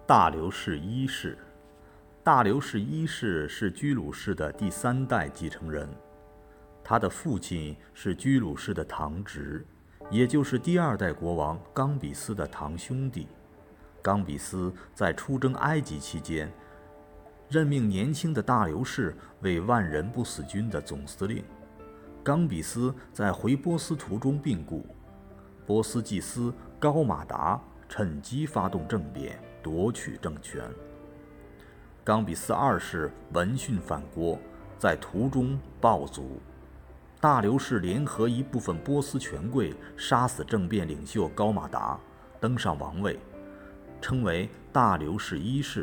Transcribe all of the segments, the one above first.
大流士一世。大流士一世是居鲁士的第3代继承人，他的父亲是居鲁士的堂侄，也就是第2代国王冈比斯的堂兄弟。冈比斯在出征埃及期间，任命年轻的大流士为万人不死军的总司令。冈比斯在回波斯途中病故，波斯祭司高马达趁机发动政变，夺取政权。冈比斯2世闻讯返国，在途中暴卒。大流士联合一部分波斯权贵，杀死政变领袖高马达，登上王位，称为大流士一世。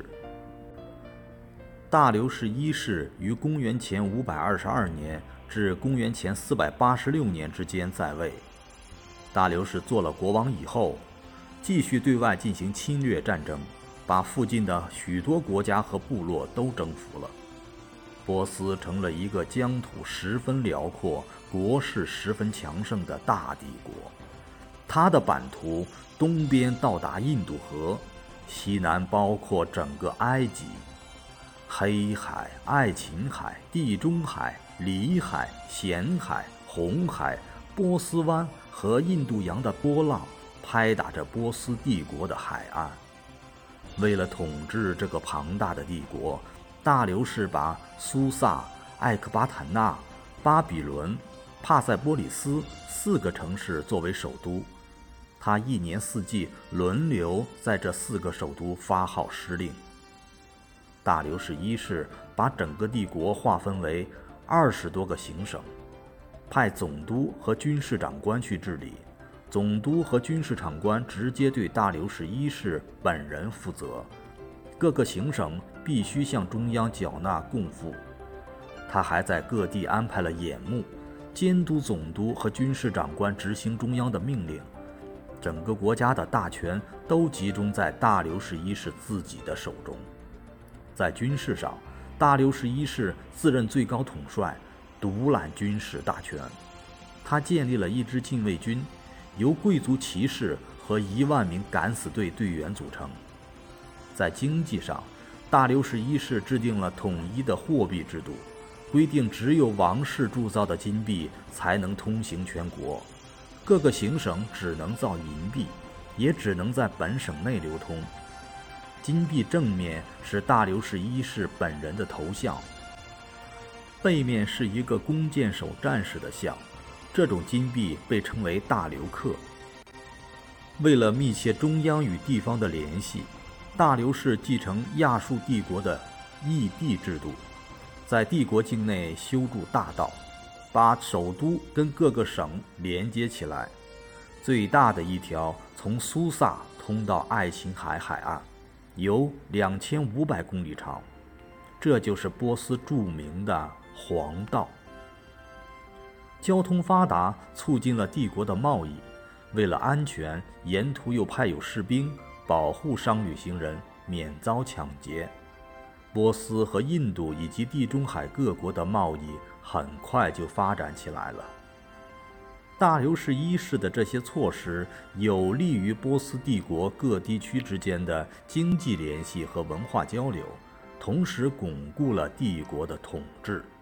大流士一世于公元前522年至公元前486年之间在位。大流士做了国王以后，继续对外进行侵略战争，把附近的许多国家和部落都征服了。波斯成了一个疆土十分辽阔、国势十分强盛的大帝国。它的版图东边到达印度河，西南包括整个埃及、黑海、爱琴海、地中海、里海、咸海、红海、波斯湾和印度洋的波浪拍打着波斯帝国的海岸。为了统治这个庞大的帝国，大流士把苏萨、艾克巴坦纳、巴比伦、帕塞波里斯4个城市作为首都。他一年4季轮流在这4个首都发号施令。大流士一世把整个帝国划分为20多个行省，派总督和军事长官去治理。总督和军事长官直接对大流士一世本人负责，各个行省必须向中央缴纳贡赋。他还在各地安排了眼目，监督总督和军事长官执行中央的命令。整个国家的大权都集中在大流士一世自己的手中。在军事上，大流士一世自任最高统帅，独揽军事大权。他建立了一支禁卫军，由贵族骑士和1万名敢死队队员组成。在经济上，大流士一世制定了统一的货币制度，规定只有王室铸造的金币才能通行全国，各个行省只能造银币，也只能在本省内流通。金币正面是大流士一世本人的头像，背面是一个弓箭手战士的像。这种金币被称为大流克。为了密切中央与地方的联系，大流士继承亚述帝国的议地制度，在帝国境内修筑大道，把首都跟各个省连接起来。最大的一条从苏萨通到爱琴海海岸，有2500公里长，这就是波斯著名的黄道。交通发达，促进了帝国的贸易。为了安全，沿途又派有士兵保护商旅行人免遭抢劫。波斯和印度以及地中海各国的贸易很快就发展起来了。大流士一世的这些措施有利于波斯帝国各地区之间的经济联系和文化交流，同时巩固了帝国的统治。